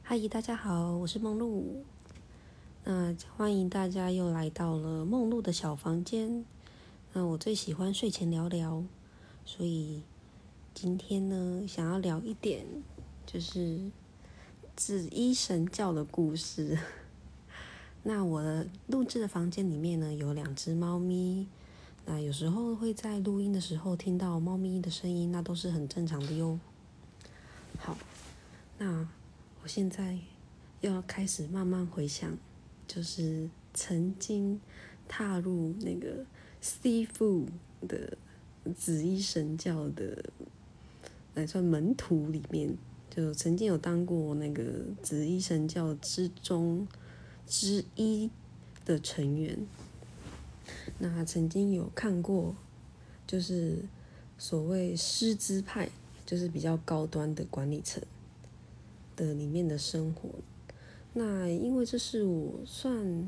嗨，大家好，我是梦露。欢迎大家又来到了梦露的小房间。我最喜欢睡前聊聊，所以今天呢，想要聊一点就是紫衣神教的故事。那我的录制的房间里面呢，有2只猫咪。那有时候会在录音的时候听到猫咪的声音，那都是很正常的哟。好，那我现在要开始慢慢回想，就是曾经踏入那个西部的紫衣神教的来算门徒里面，就曾经有当过那个紫衣神教之一的成员。那曾经有看过，就是所谓师资派，就是比较高端的管理层的里面的生活。那因为这是我算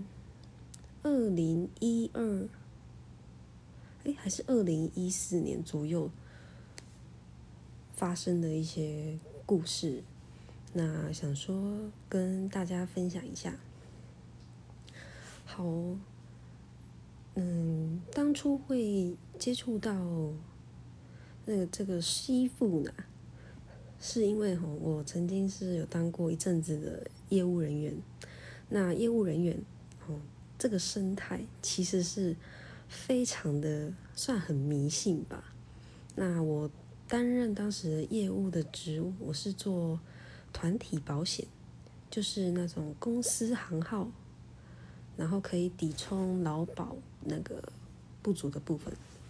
2012，还是2014年左右发生的一些故事，那想说跟大家分享一下。好，当初会接触到这个师父呢，是因为我曾经是有当过一阵子的业务人员。那业务人员这个生态其实是非常的算很迷信吧。那我担任当时的业务的职务，我是做团体保险，就是那种公司行号，然后可以抵充劳保那个不足的部分。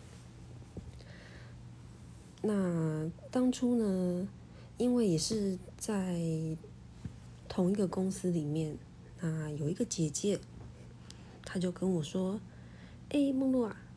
那当初呢，因为也是在同一个公司里面，那有一个姐姐，她就跟我说：梦露啊，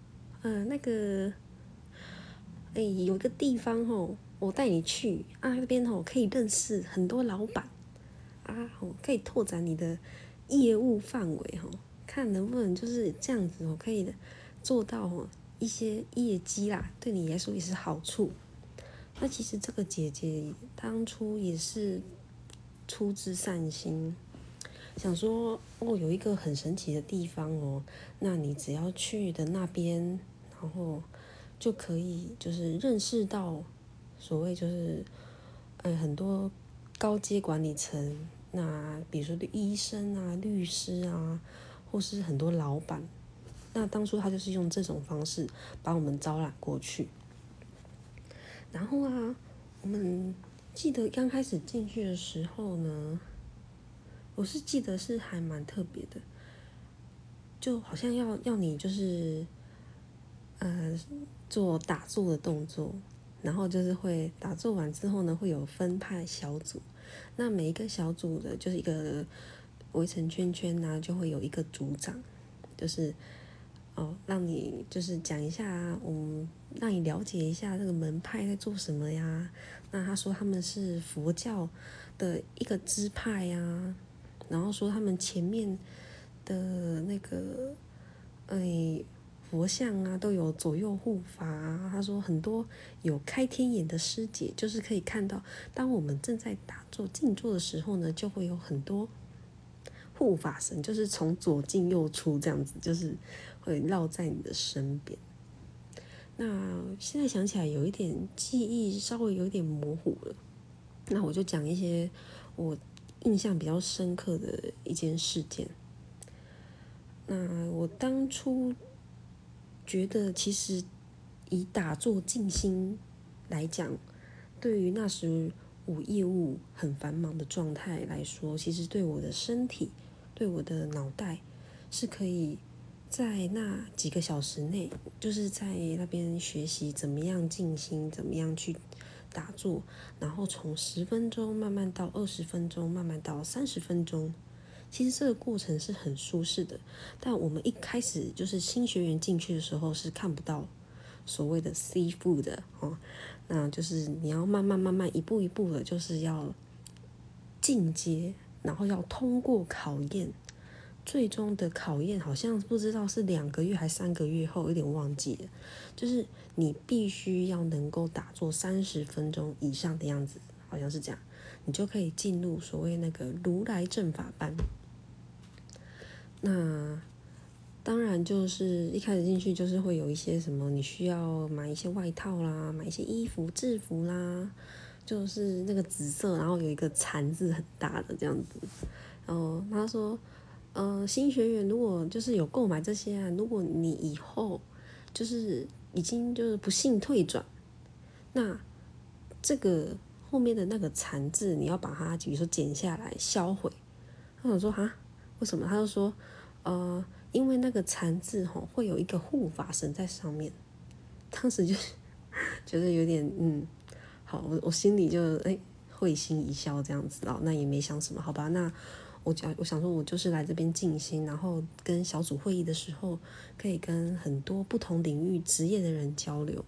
有一个地方我带你去啊，那边可以认识很多老板啊，可以拓展你的业务范围看能不能就是这样子可以做到一些业绩啦，对你来说也是好处。那其实这个姐姐当初也是出自善心，想说有一个很神奇的地方那你只要去的那边，然后就可以就是认识到所谓就是很多高阶管理层，那比如说医生啊、律师啊，或是很多老板。那当初他就是用这种方式把我们招揽过去。然后我们记得刚开始进去的时候呢，我是记得是还蛮特别的，就好像要你就是做打坐的动作，然后就是会打坐完之后呢，会有分派小组，那每一个小组的就是一个围成圈圈就会有一个组长，就是让你就是讲一下让你了解一下这个门派在做什么呀。那他说他们是佛教的一个支派呀，然后说他们前面的那个佛像都有左右护法他说很多有开天眼的师姐，就是可以看到当我们正在打坐静坐的时候呢，就会有很多护法神，就是从左进右出这样子，就是会绕在你的身边。那现在想起来有一点记忆稍微有点模糊了，那我就讲一些我印象比较深刻的一件事件。那我当初觉得其实以打坐静心来讲，对于那时我业务很繁忙的状态来说，其实对我的身体对我的脑袋是可以在那几个小时内，就是在那边学习怎么样静心，怎么样去打坐，然后从10分钟慢慢到20分钟，慢慢到30分钟。其实这个过程是很舒适的，但我们一开始就是新学员进去的时候是看不到所谓的 C 步的那就是你要慢慢一步一步的，就是要进阶，然后要通过考验。最终的考验好像不知道是2个月还3个月后，有点忘记了。就是你必须要能够打坐30分钟以上的样子，好像是这样。 你就可以进入所谓那个如来正法班。那当然就是一开始进去就是会有一些什么，你需要买一些外套啦，买一些衣服制服啦，就是那个紫色，然后有一个禅字很大的这样子。然后他说新学员如果就是有购买这些啊，如果你以后就是已经就是不幸退转，那这个后面的那个禅字你要把它比如说剪下来销毁。他想说哈，为什么？他就说因为那个禅字会有一个护法神在上面。当时就觉得有点好，我心里就会心一笑这样子那也没想什么，好吧，那我想说我就是来这边静心，然后跟小组会议的时候可以跟很多不同领域职业的人交流。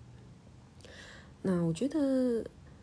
那我觉得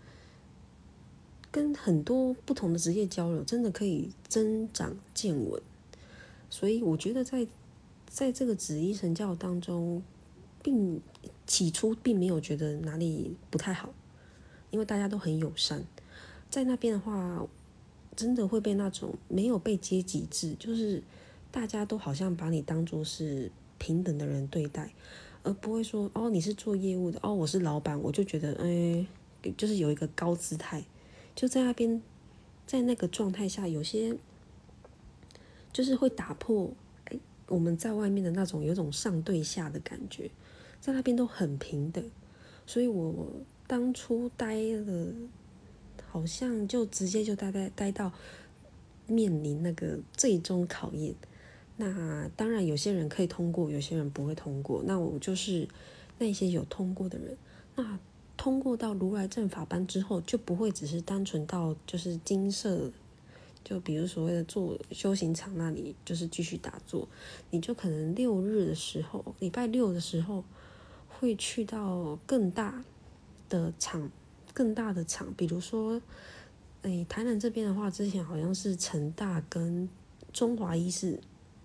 跟很多不同的职业交流真的可以增长见闻，所以我觉得在这个紫衣神教当中，起初并没有觉得哪里不太好，因为大家都很友善。在那边的话，真的会被那种没有被阶级制，就是大家都好像把你当作是平等的人对待，而不会说你是做业务的，我是老板，我就觉得就是有一个高姿态。就在那边，在那个状态下，有些就是会打破我们在外面的那种有种上对下的感觉，在那边都很平等。所以我当初待了，好像就直接就待到面临那个最终考验。那当然有些人可以通过，有些人不会通过，那我就是那些有通过的人。那通过到如来正法班之后，就不会只是单纯到就是精舍，就比如所谓的做修行场那里就是继续打坐，你就可能6日的时候，礼拜6的时候会去到更大的场，比如说台南这边的话，之前好像是成大跟中华医师，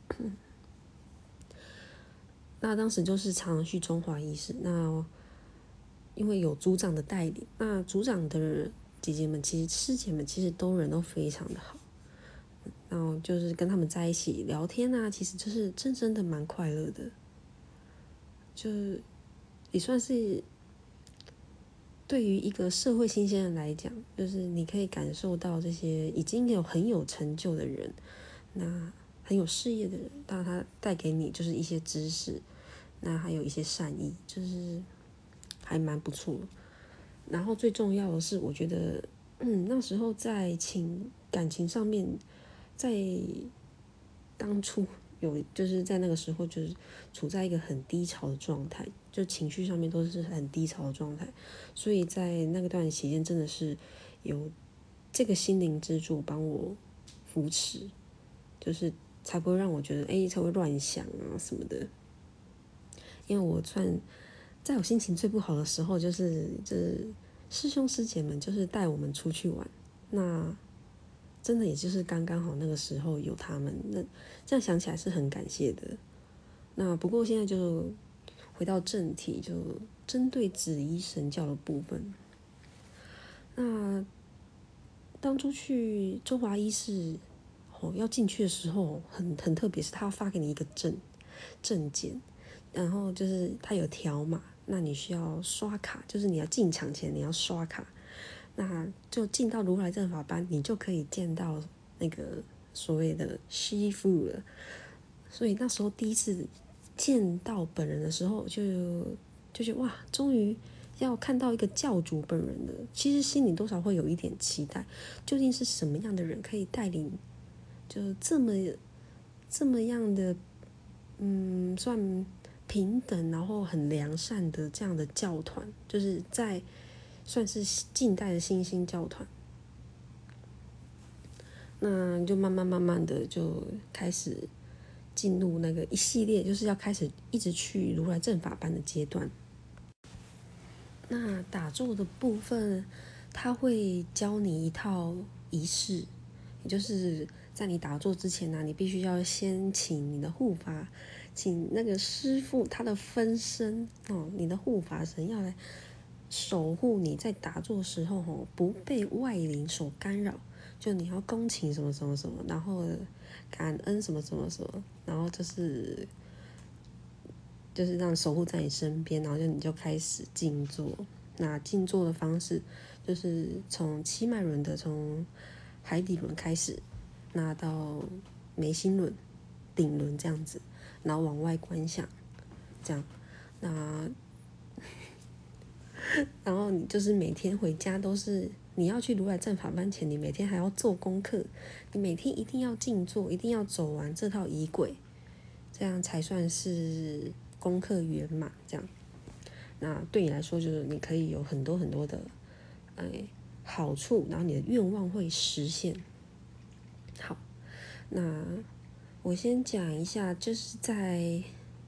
那当时就是常常去中华医师，那因为有组长的带领，那组长的姐姐们师姐们其实人都非常的好，然后就是跟他们在一起聊天啊，其实就是真的蛮快乐的，就也算是对于一个社会新鲜人来讲，就是你可以感受到这些已经很有成就的人，那很有事业的人，当然他带给你就是一些知识，那还有一些善意，就是还蛮不错。然后最重要的是，我觉得那时候在感情上面，在当初就是在那个时候就是处在一个很低潮的状态，就情绪上面都是很低潮的状态，所以在那个段期间真的是有这个心灵支柱帮我扶持，就是才不会让我觉得才会乱想啊什么的。因为我算在我心情最不好的时候，就是师兄师姐们就是带我们出去玩，那真的也就是刚刚好那个时候有他们，那这样想起来是很感谢的。那不过现在就回到正题，就针对紫衣神教的部分。那当初去中华医师要进去的时候，很特别，是他要发给你一个证件，然后就是他有条码，那你需要刷卡，就是你要进场前你要刷卡，那就进到如来正法班，你就可以见到那个所谓的师父了。所以那时候第一次见到本人的时候，就觉得哇，终于要看到一个教主本人了。其实心里多少会有一点期待，究竟是什么样的人可以带领，就这么样的算平等，然后很良善的这样的教团，就是在算是近代的新兴教团。那就慢慢的就开始进入那个一系列，就是要开始一直去如来正法班的阶段。那打坐的部分，他会教你一套仪式，也就是在你打坐之前呢，你必须要先请你的护法，请那个师父他的分身你的护法神要来守护你在打坐的时候不被外灵所干扰，就你要恭请什么什么什么，然后感恩什么什么什么，然后就是让守护在你身边，然后你就开始静坐。那静坐的方式就是从七脉轮的从海底轮开始，那到眉心轮、顶轮这样子，然后往外观想，这样，然后你就是每天回家都是你要去如来正法班前，你每天还要做功课，你每天一定要静坐，一定要走完这套仪轨，这样才算是功课圆满。这样，那对你来说就是你可以有很多很多的好处，然后你的愿望会实现。好，那我先讲一下，就是在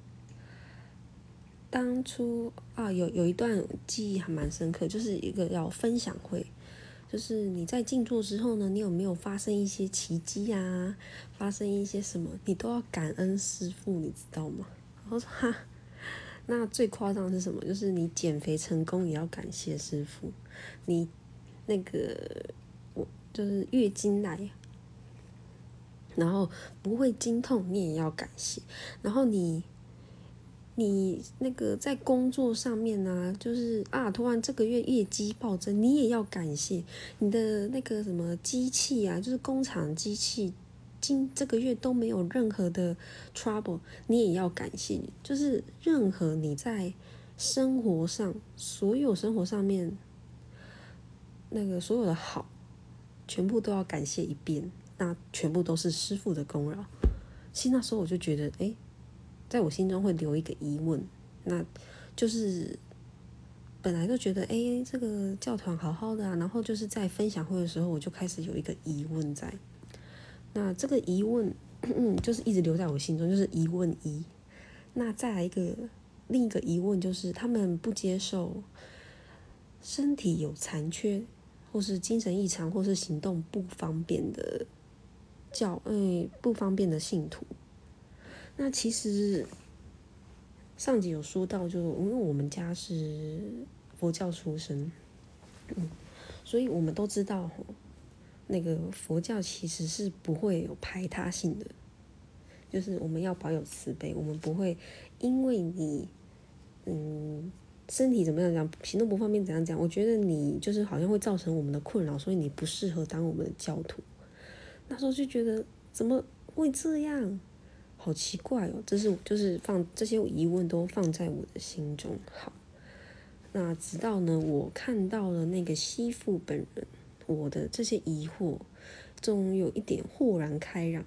当初有一段记忆还蛮深刻，就是一个要分享会，就是你在静坐之后呢，你有没有发生一些奇迹啊？发生一些什么，你都要感恩师父，你知道吗？我说哈，那最夸张的是什么？就是你减肥成功也要感谢师父，你那个我就是月经来，然后不会经痛你也要感谢，然后你那个在工作上面呢，就是突然这个月业绩暴增，你也要感谢你的那个什么机器啊，就是工厂机器，这个月都没有任何的 trouble， 你也要感谢。就是任何你在生活上，所有生活上面那个所有的好，全部都要感谢一遍，那全部都是师父的功劳。其实那时候我就觉得，在我心中会留一个疑问，那就是本来就觉得，这个教团好好的啊，然后就是在分享会的时候，我就开始有一个疑问在。那这个疑问，就是一直留在我心中，就是疑问一。那再来另一个疑问，就是他们不接受身体有残缺，或是精神异常，或是行动不方便的不方便的信徒。那其实上集有说到，就因为我们家是佛教出身，所以我们都知道，那个佛教其实是不会有排他性的，就是我们要保有慈悲，我们不会因为你身体怎么样讲，行动不方便怎样讲，我觉得你就是好像会造成我们的困扰，所以你不适合当我们的教徒。那时候就觉得怎么会这样？好奇怪哦！就是放这些疑问都放在我的心中。好，那直到呢，我看到了那个西父本人，我的这些疑惑终于有一点豁然开朗。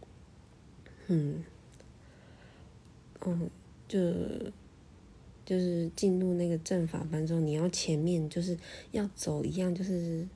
就是进入那个正法班之后，你要前面就是要走一样，就是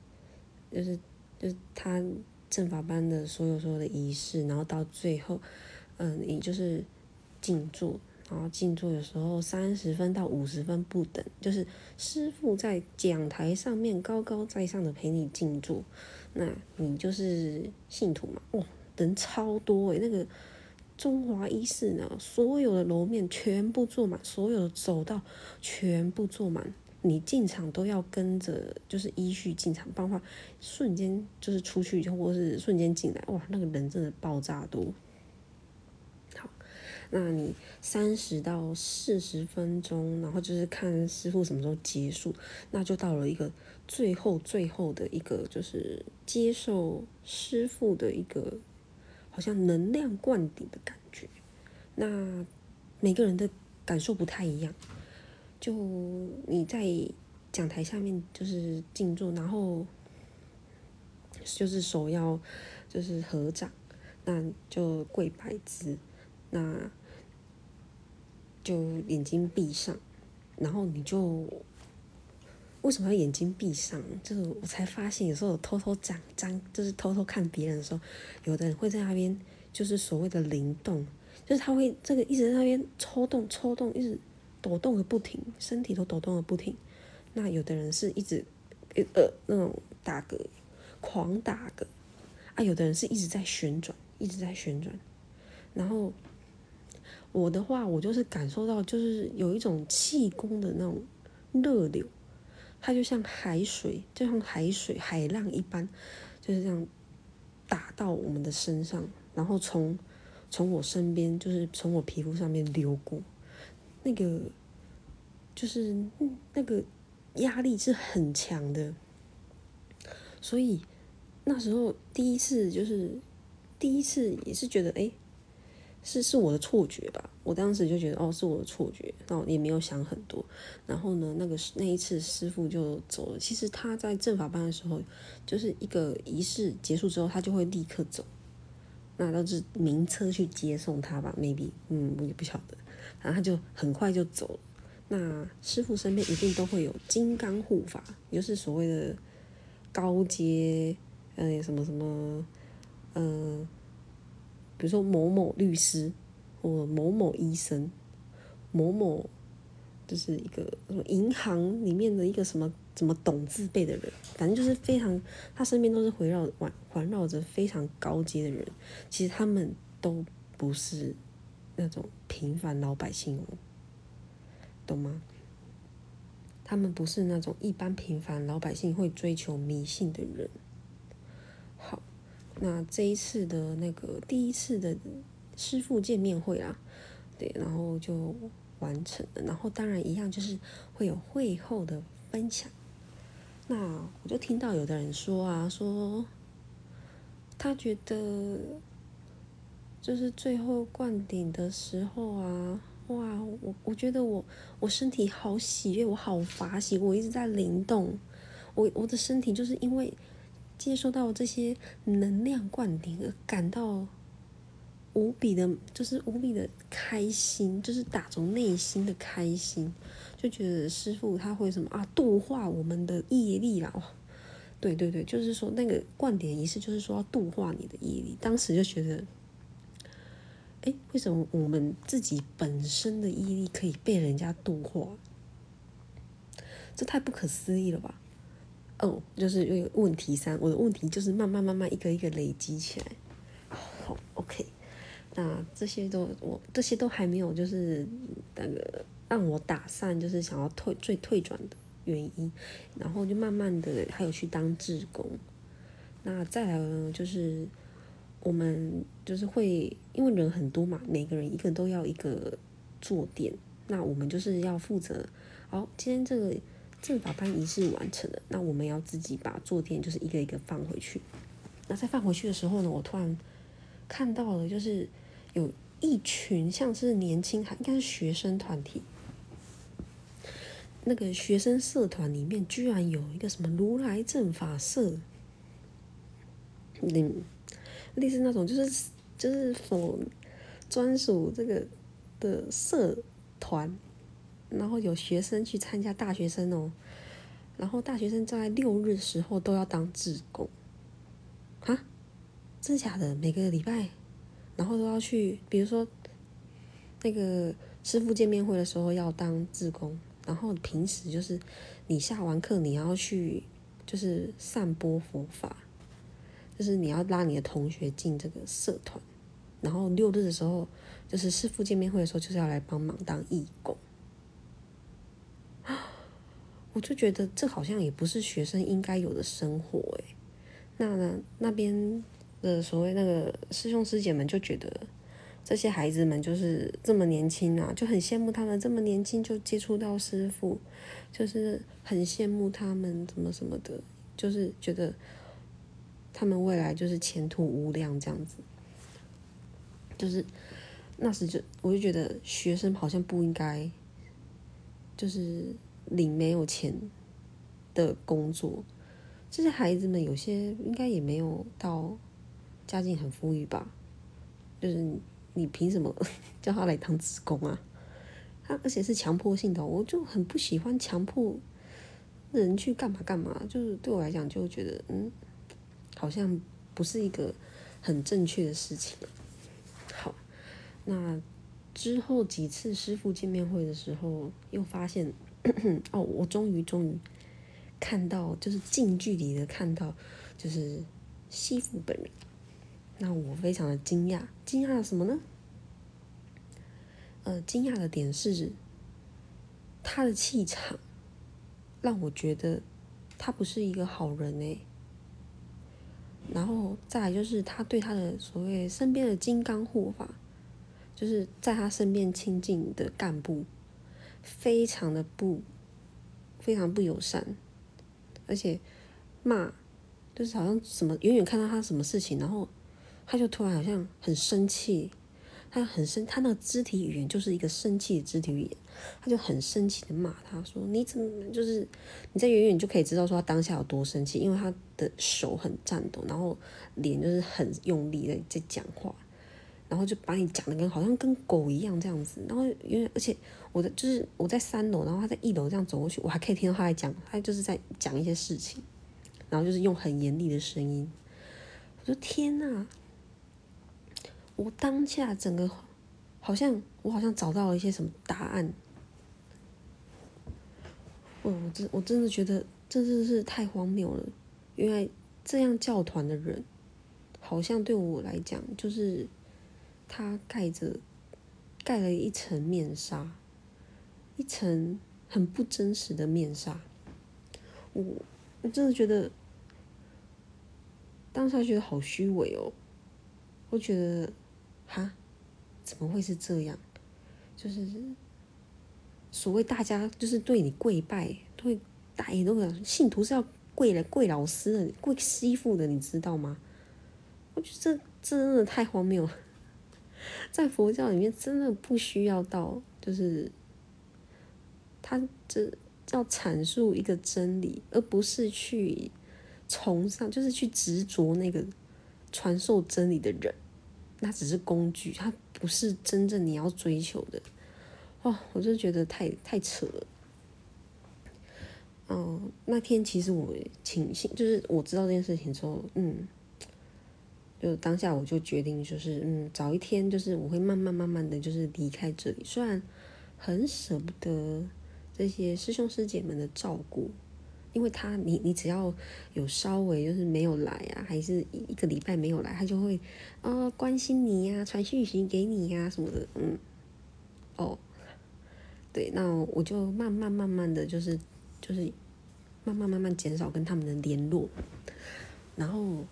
他正法班的所有的仪式，然后到最后，你就是静坐，然后静坐的时候30分到50分不等，就是师父在讲台上面高高在上的陪你静坐，那你就是信徒嘛，人超多那个中华一寺呢，所有的楼面全部坐满，所有的走道全部坐满。你进场都要跟着，就是依序进场，不然的话，瞬间就是出去或是瞬间进来，那个人真的爆炸多。好，那你30到40分钟，然后就是看师父什么时候结束，那就到了一个最后的一个，就是接受师父的一个好像能量灌顶的感觉。那每个人的感受不太一样。就你在讲台下面就是静坐，然后就是手要就是合掌，那就跪拜姿，那就眼睛闭上，然后你就为什么要眼睛闭上？就是我才发现，有时候偷偷就是偷偷看别人的时候，有的人会在那边就是所谓的灵动，就是他会这个一直在那边抽动，一直抖动个不停，身体都抖动个不停。那有的人是一直那种打嗝，狂打嗝有的人是一直在旋转，然后我的话，我就是感受到就是有一种气功的那种热流， 它就像海水，海浪一般，就是这样打到我们的身上，然后从我身边，就是从我皮肤上面流过，那个就是那个压力是很强的，所以那时候第一次也是觉得是我的错觉吧，我当时就觉得是我的错觉，然后也没有想很多。然后呢，那一次师傅就走了。其实他在正法班的时候，就是一个仪式结束之后，他就会立刻走，那都是名车去接送他吧 ，maybe，我也不晓得。然后他就很快就走了。那师傅身边一定都会有金刚护法，也就是所谓的高阶，什么什么，比如说某某律师，或某某医生，某某就是一个银行里面的一个什么懂字辈的人，反正就是非常，他身边都是环绕着非常高阶的人。其实他们都不是那种平凡老百姓懂吗？他们不是那种一般平凡老百姓会追求迷信的人。好，那这一次的第一次的师父见面会啊，对，然后就完成了。然后当然一样就是会有会后的分享。那我就听到有的人说他觉得就是最后灌顶的时候啊，哇，我觉得我身体好喜悦，我好法喜，我一直在灵动，我的身体就是因为接收到这些能量灌顶而感到无比的开心，就是打从内心的开心，就觉得师父他会什么度化我们的业力啦。对，就是说那个灌顶仪式就是说要度化你的业力。当时就觉得为什么我们自己本身的业力可以被人家度化？这太不可思议了吧！就是有问题3，我的问题就是慢慢一个一个累积起来。好 ，OK， 那这些都还没有，就是那个让我打散，就是想要退转的原因。然后就慢慢的还有去当志工。那再来呢，就是我们就是会因为人很多嘛，每个人一个人都要一个坐垫，那我们就是要负责。好，今天这个正法班仪式完成了，那我们要自己把坐垫就是一个一个放回去。那在放回去的时候呢，我突然看到了，就是有一群像是年轻，应该是学生团体。那个学生社团里面居然有一个什么如来正法社，类似那种就是否专属这个的社团，然后有学生去参加，大学生哦，然后大学生在6日的时候都要当志工，真的假的？每个礼拜，然后都要去，比如说那个师父见面会的时候要当志工，然后平时就是你下完课你要去就是散播佛法，就是你要拉你的同学进这个社团，然后6日的时候就是师父见面会的时候就是要来帮忙当义工。我就觉得这好像也不是学生应该有的生活那边的所谓那个师兄师姐们就觉得这些孩子们就是这么年轻啊，就很羡慕他们这么年轻就接触到师父，就是很羡慕他们怎么什么的，就是觉得他们未来就是前途无量这样子。就是那时我就觉得学生好像不应该就是领没有钱的工作。这些孩子们有些应该也没有到家境很富裕吧，就是你凭什么叫他来当职工啊？而且是强迫性的，我就很不喜欢强迫人去干嘛，就是对我来讲就觉得好像不是一个很正确的事情。好，那之后几次师父见面会的时候，又发现我终于看到，就是近距离的看到，就是师父本人。那我非常的惊讶，惊讶什么呢？惊讶的点是他的气场让我觉得他不是一个好人然后再来就是他对他的所谓身边的金刚护法，就是在他身边亲近的干部，非常不友善，而且骂，就是好像什么远远看到他什么事情，然后他就突然好像很生气，他那个肢体语言就是一个生气的肢体语言，他就很生气的骂他说：“你怎么就是你在远远就可以知道说他当下有多生气，因为他的手很颤抖，然后脸就是很用力的在讲话，然后就把你讲的好像跟狗一样这样子，然后而且我在3楼，然后他在1楼这样走过去，我还可以听到他就是在讲一些事情，然后就是用很严厉的声音，我说天哪！”我当下整个我好像找到了一些什么答案，我真的觉得这真的是太荒谬了。原来这样教团的人，好像对我来讲，就是他盖了一层面纱，一层很不真实的面纱。我真的觉得当下觉得好虚伪哦，我觉得哈怎么会是这样？就是所谓大家就是对你跪拜，大家都讲信徒是要跪老师的，跪师傅的，你知道吗？我觉得这真的太荒谬了，在佛教里面真的不需要到，就是他这要阐述一个真理，而不是去崇尚，就是去执着那个传授真理的人，那只是工具，他不是真正你要追求的。我就觉得太扯了。那天其实我就是我知道这件事情之后，就当下我就决定，就是找一天，就是我会慢慢的，就是离开这里。虽然很舍不得这些师兄师姐们的照顾，因为你只要有稍微就是没有来啊，还是一个礼拜没有来，他就会关心你呀，传讯息给你呀什么的，对，那我就慢慢的，就是慢慢减少跟他们的联络，然后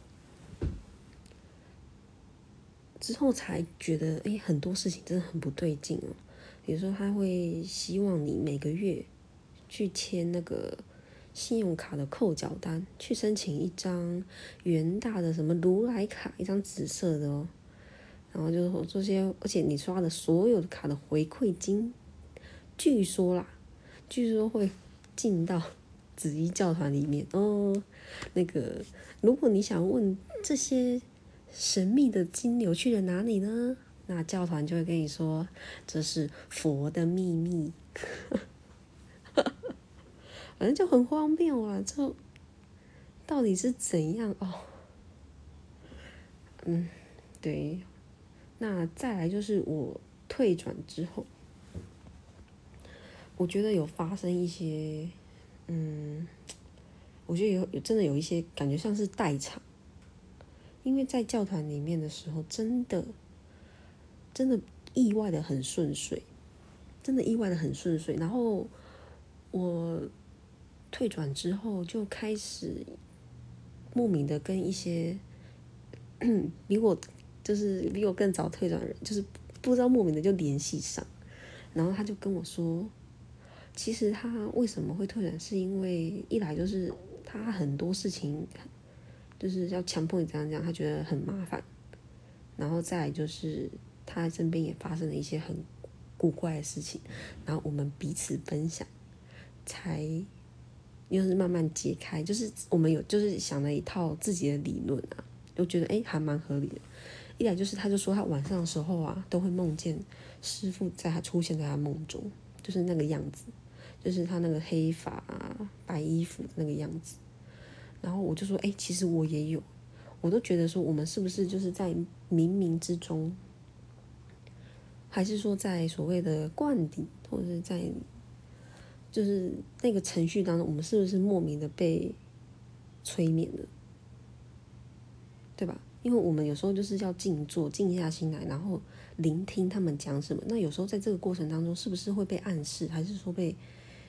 之后才觉得，很多事情真的很不对劲哦。比如说，他会希望你每个月去签那个信用卡的扣缴单，去申请一张元大的什么如来卡，一张紫色的哦。然后就是这些，而且你刷的所有的卡的回馈金，据说会进到紫衣教团里面哦。那个，如果你想问这些神秘的金流去了哪里呢？那教团就会跟你说，这是佛的秘密。反正就很荒谬啊！这到底是怎样哦？对。那再来就是我退转之后，我觉得有发生一些，我觉得真的有一些感觉像是代偿，因为在教团里面的时候，真的意外的很顺遂，然后我退转之后，就开始莫名的跟一些比我更早退转的人，就是不知道莫名的就联系上，然后他就跟我说，其实他为什么会退转，是因为一来就是他很多事情就是要强迫你这样讲，他觉得很麻烦，然后再来就是他身边也发生了一些很古怪的事情，然后我们彼此分享，才又是慢慢解开，就是我们就是想了一套自己的理论啊，就觉得还蛮合理的。一来就是他就说他晚上的时候啊，都会梦见师父出现在他梦中，就是那个样子，就是他那个黑发啊、白衣服那个样子。然后我就说，其实我也有，我都觉得说我们是不是就是在冥冥之中，还是说在所谓的灌顶，或者是在就是那个程序当中，我们是不是莫名的被催眠了，对吧？因为我们有时候就是要静坐，静下心来，然后聆听他们讲什么。那有时候在这个过程当中，是不是会被暗示，还是说被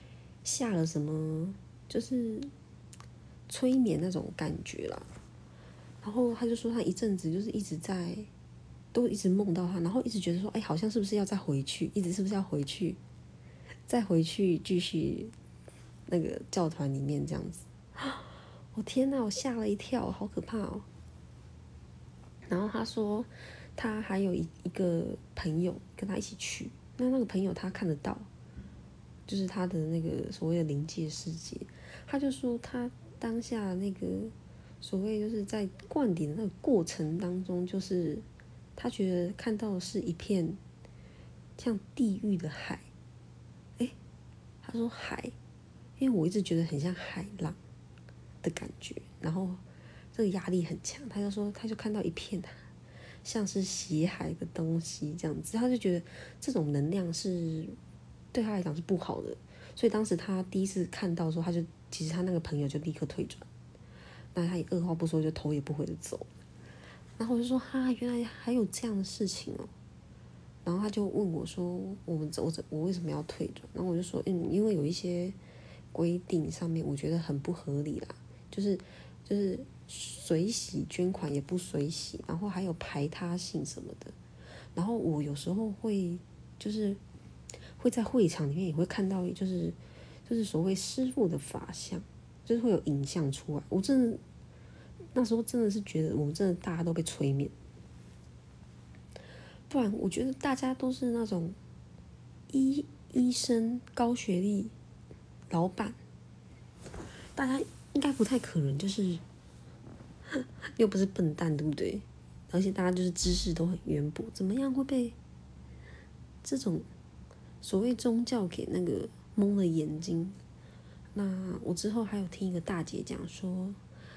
下了什么就是催眠那种感觉啦。然后他就说他一阵子就是都一直梦到他，然后一直觉得说，哎，好像是不是要再回去，一直是不是要回去，再回去继续那个教团里面这样子。我天哪，我吓了一跳，好可怕哦。然后他说他还有一个朋友跟他一起去，那个朋友他看得到，就是他的那个所谓的灵界世界。他就说他当下那个所谓就是在灌顶的那个过程当中，就是他觉得看到的是一片像地狱的海。他说海，因为我一直觉得很像海浪的感觉，然后这个压力很强。他就说他就看到一片像是血海的东西这样子，他就觉得这种能量是对他来讲是不好的。所以当时他第一次看到的时候，其实他那个朋友就立刻退转，那他也二话不说就头也不回的走。然后我就说原来还有这样的事情哦。然后他就问我说我为什么要退转？然后我就说因为有一些规定上面我觉得很不合理啦，就是随喜捐款也不随喜，然后还有排他性什么的。然后我有时候会在会场里面也会看到，就是所谓师父的法相，就是会有影像出来。我真的那时候真的是觉得我们真的大家都被催眠，不然我觉得大家都是那种医生、高学历、老板，大家应该不太可能就是又不是笨蛋，对不对？而且大家就是知识都很渊博，怎么样会被这种所谓宗教给那个蒙了眼睛？那我之后还有听一个大姐讲说，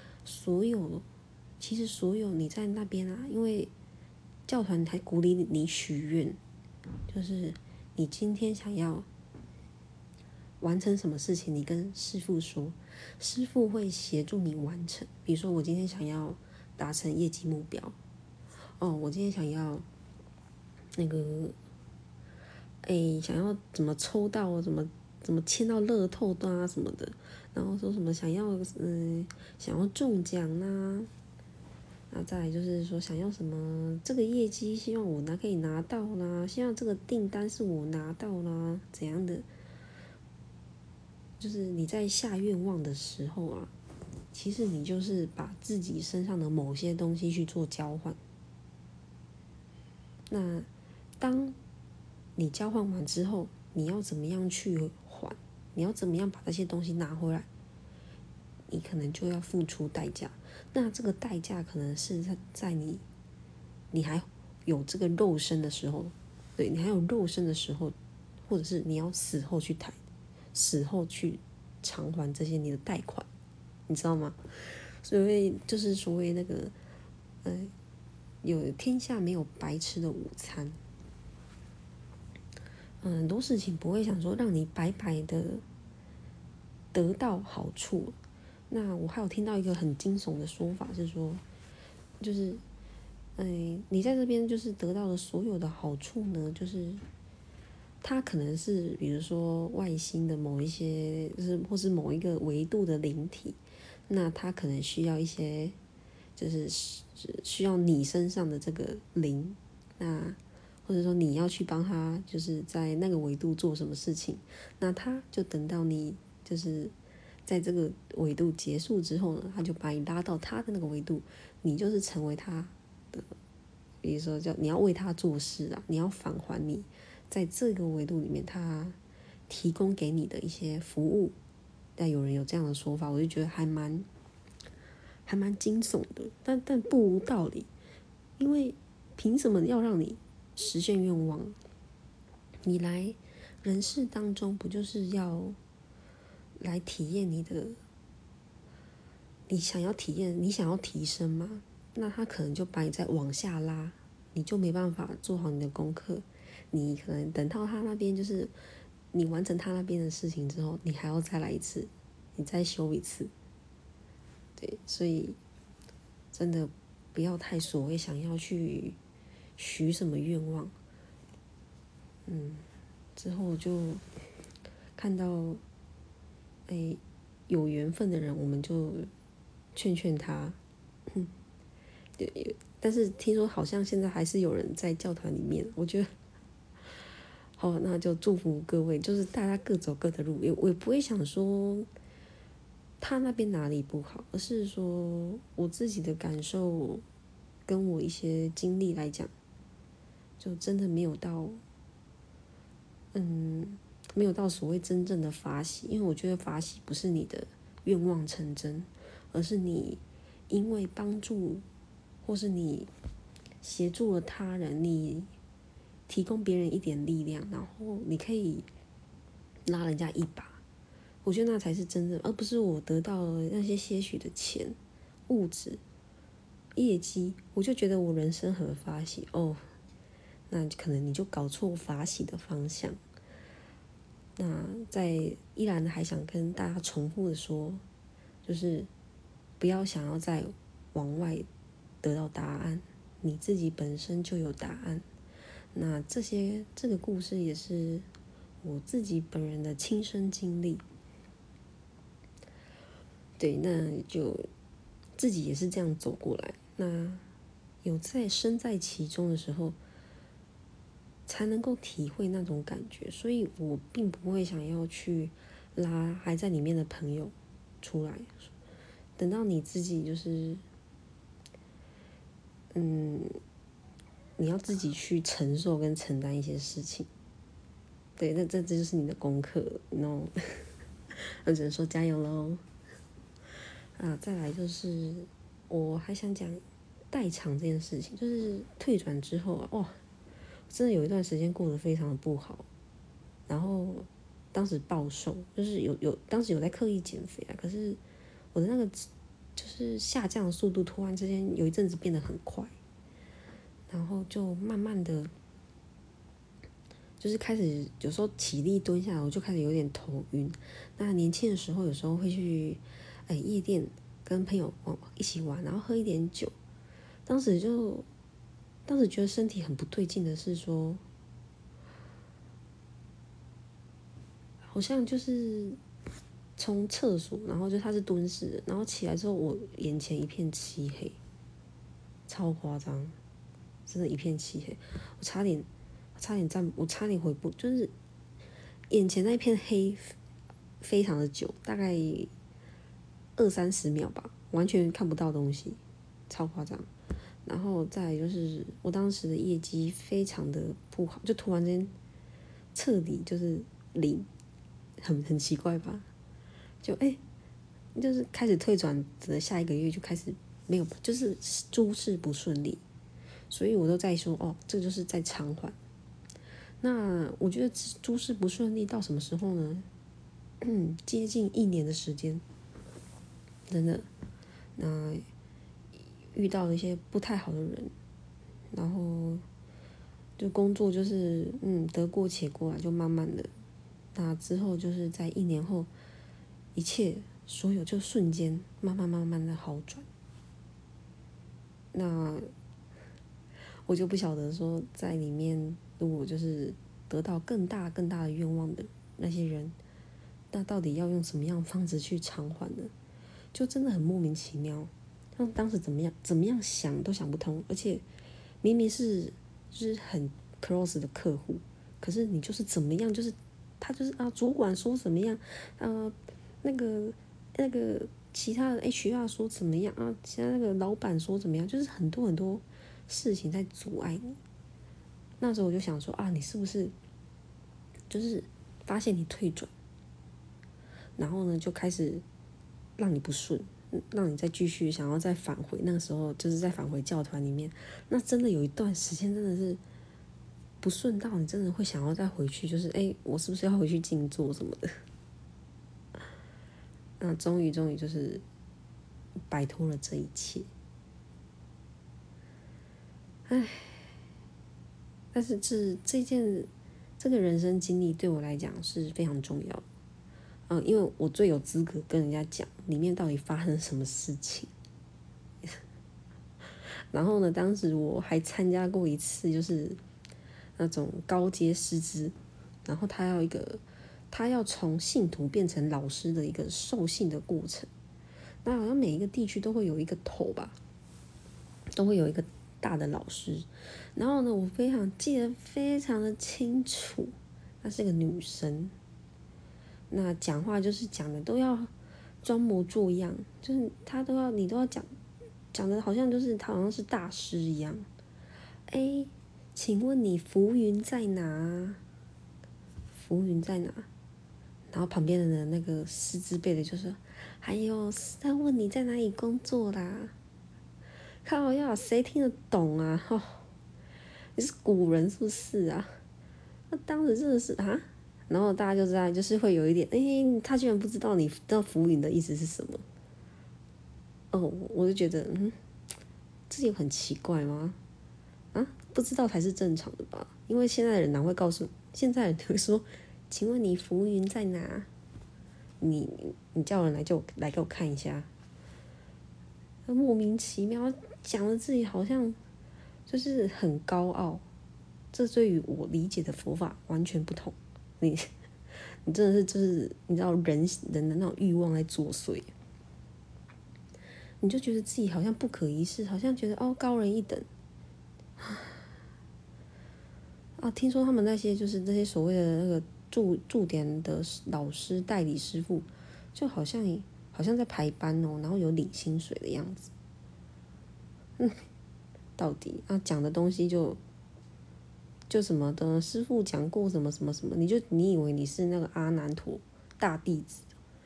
其实所有你在那边啊，因为教团还鼓励你许愿，就是你今天想要完成什么事情，你跟师父说，师父会协助你完成。比如说我今天想要达成业绩目标，我今天想要那个想要怎么抽到怎么签到乐透啊什么的，然后说什么想要中奖啊，那再来就是说想要什么这个业绩希望我可以拿到啦，希望这个订单是我拿到啦，怎样的？就是你在下愿望的时候啊，其实你就是把自己身上的某些东西去做交换。那当你交换完之后，你要怎么样去还？你要怎么样把这些东西拿回来？你可能就要付出代价。那这个代价可能是在你还有这个肉身的时候，对，你还有肉身的时候，或者是你要死后去偿还这些你的贷款，你知道吗？所以就是所谓那个有天下没有白吃的午餐。很多事情不会想说让你白白的得到好处。那我还有听到一个很惊悚的说法是说，就是你在这边就是得到的所有的好处呢，就是它可能是比如说外星的某一些，就是或是某一个维度的灵体，那它可能需要一些，就是需要你身上的这个灵，那或者说你要去帮他，就是在那个维度做什么事情，那他就等到你就是在这个维度结束之后呢，他就把你拉到他的那个维度，你就是成为他的，比如说你要为他做事啊，你要返还你在这个维度里面他提供给你的一些服务。但有人有这样的说法，我就觉得还蛮惊悚的，但不无道理，因为凭什么要让你实现愿望？你来人世当中不就是要来体验你想要体验，你想要提升吗？那他可能就把你再往下拉，你就没办法做好你的功课。你可能等到他那边，就是你完成他那边的事情之后，你还要再来一次，你再修一次。对，所以真的不要太所谓想要去许什么愿望。之后就看到有缘分的人，我们就劝劝他。但是听说好像现在还是有人在教团里面，我觉得好，那就祝福各位，就是大家各走各的路，我也不会想说他那边哪里不好，而是说我自己的感受跟我一些经历来讲，就真的没有到，没有到所谓真正的法喜，因为我觉得法喜不是你的愿望成真，而是你因为帮助或是你协助了他人，你提供别人一点力量，然后你可以拉人家一把，我觉得那才是真正，而不是我得到了那些些许的钱、物质、业绩，我就觉得我人生何法喜哦，那可能你就搞错法喜的方向。那依然还想跟大家重复的说，就是不要想要再往外得到答案，你自己本身就有答案。那这个故事也是我自己本人的亲身经历，对，那就自己也是这样走过来。那有身在其中的时候，才能够体会那种感觉，所以我并不会想要去拉还在里面的朋友出来。等到你自己就是你要自己去承受跟承担一些事情，对，那这就是你的功课，no 我只能说加油咯。再来就是我还想讲代偿这件事情，就是退转之后哇，真的有一段时间过得非常的不好，然后当时暴瘦，就是当时有在刻意减肥啊，可是我的那个就是下降的速度突然之间有一阵子变得很快，然后就慢慢的就是开始有时候起立蹲下来，我就开始有点头晕。那年轻的时候有时候会去夜店跟朋友一起玩，然后喝一点酒，当时觉得身体很不对劲的是说，好像就是从厕所，然后就他是蹲式的，然后起来之后我眼前一片漆黑，超夸张，真的一片漆黑，我差点回不，就是眼前那一片黑非常的久，大概20-30秒吧，完全看不到东西，超夸张。然后再来就是我当时的业绩非常的不好，就突然间彻底就是零，很奇怪吧？就就是开始退转的下一个月就开始没有，就是诸事不顺利，所以我都在说哦，这就是在偿还。那我觉得诸事不顺利到什么时候呢？接近1年的时间，真的，那遇到了一些不太好的人，然后就工作就是得过且过啊，就慢慢的，那之后就是在1年后，一切所有就瞬间慢慢的好转。那我就不晓得说在里面，如果就是得到更大的愿望的那些人，那到底要用什么样的方式去偿还呢？就真的很莫名其妙，像当时怎么样想都想不通，而且明明是就是很 close 的客户，可是你就是怎么样，就是他就是主管说怎么样，那个其他的 HR 说怎么样啊，其他那个老板说怎么样，就是很多事情在阻碍你。那时候我就想说你是不是就是发现你退转，然后呢就开始让你不顺，让你再继续想要再返回，那个时候就是再返回教团里面，那真的有一段时间真的是不顺到你真的会想要再回去，就是我是不是要回去静坐什么的。那终于就是摆脱了这一切，但是这个人生经历对我来讲是非常重要的，因为我最有资格跟人家讲里面到底发生什么事情。然后呢，当时我还参加过一次，就是那种高阶师资，然后他要一个他要从信徒变成老师的一个受信的过程。那好像每一个地区都会有一个头吧，都会有一个大的老师。然后呢，我记得非常的清楚，她是个女生。那讲话就是讲的都要装模作样，就是你都要讲的好像就是他好像是大师一样。哎，请问你浮云在哪？浮云在哪？然后旁边的人那个师资辈的就说：“还有是在问你在哪里工作啦？靠呀，谁听得懂啊？哦，你是古人是不是啊？”那当时真的是啊，然后大家就知道，就是会有一点，他居然不知道你知道浮云的意思是什么？哦，我就觉得，这有很奇怪吗？啊，不知道才是正常的吧？因为现在的人哪会告诉你？现在人会说：“请问你浮云在哪？”你叫人来给我看一下，莫名其妙讲的自己好像就是很高傲，这对于我理解的佛法完全不同。你真的是就是你知道人的那种欲望在作祟，你就觉得自己好像不可一世，好像觉得高人一等啊。听说他们那些就是这些所谓的那个驻点的老师代理师傅，就好像在排班哦，然后有领薪水的样子。到底讲的东西就什么的，师傅讲过什么什么什么，你以为你是那个阿难陀大弟子，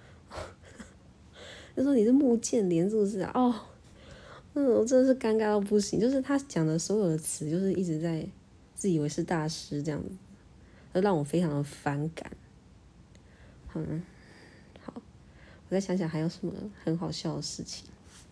就说你是木剑莲是不是啊？我真的是尴尬到不行，就是他讲的所有的词，就是一直在自以为是大师这样子，而让我非常的反感。好，我再想想还有什么很好笑的事情，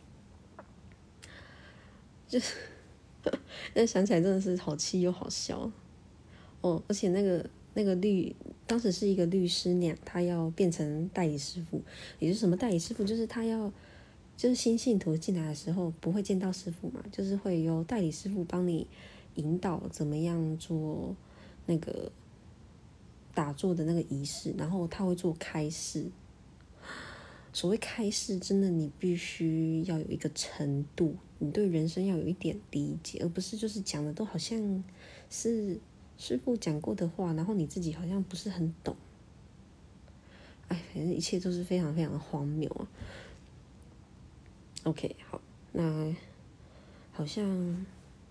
就是但想起来真的是好气又好笑哦。而且当时是一个律师娘，她要变成代理师傅，也就是什么代理师傅，就是就是新信徒进来的时候不会见到师傅嘛，就是会由代理师傅帮你引导怎么样做那个打坐的那个仪式，然后他会做开示。所谓开示，真的你必须要有一个程度，你对人生要有一点理解，而不是就是讲的都好像是师傅讲过的话，然后你自己好像不是很懂。反正一切都是非常非常的荒谬啊。OK， 好，那好像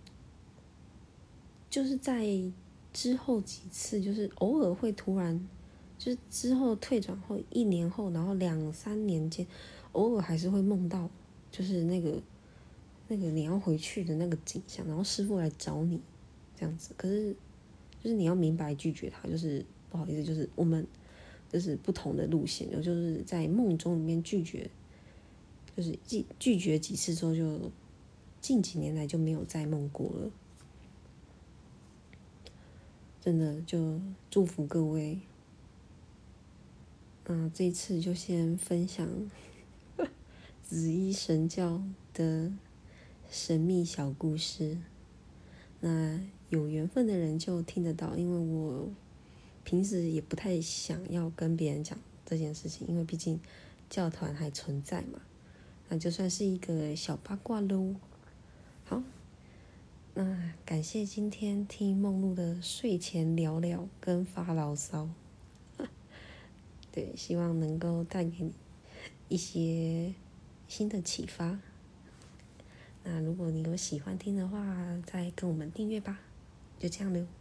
就是在之后几次，就是偶尔会突然，就是之后退转后1年后，然后2、3年间，偶尔还是会梦到，就是那个你要回去的那个景象，然后师傅来找你这样子。可是就是你要明白拒绝他，就是不好意思，就是我们就是不同的路线，就是在梦中里面拒绝，就是拒绝几次之后，就近几年来就没有再梦过了。真的就祝福各位。这一次就先分享紫衣神教的神秘小故事。那有缘分的人就听得到，因为我平时也不太想要跟别人讲这件事情，因为毕竟教团还存在嘛，那就算是一个小八卦咯。好，那感谢今天听梦露的睡前聊聊跟发牢骚，对，希望能够带给你一些新的启发。那如果你有喜欢听的话，再跟我们订阅吧。就这样了。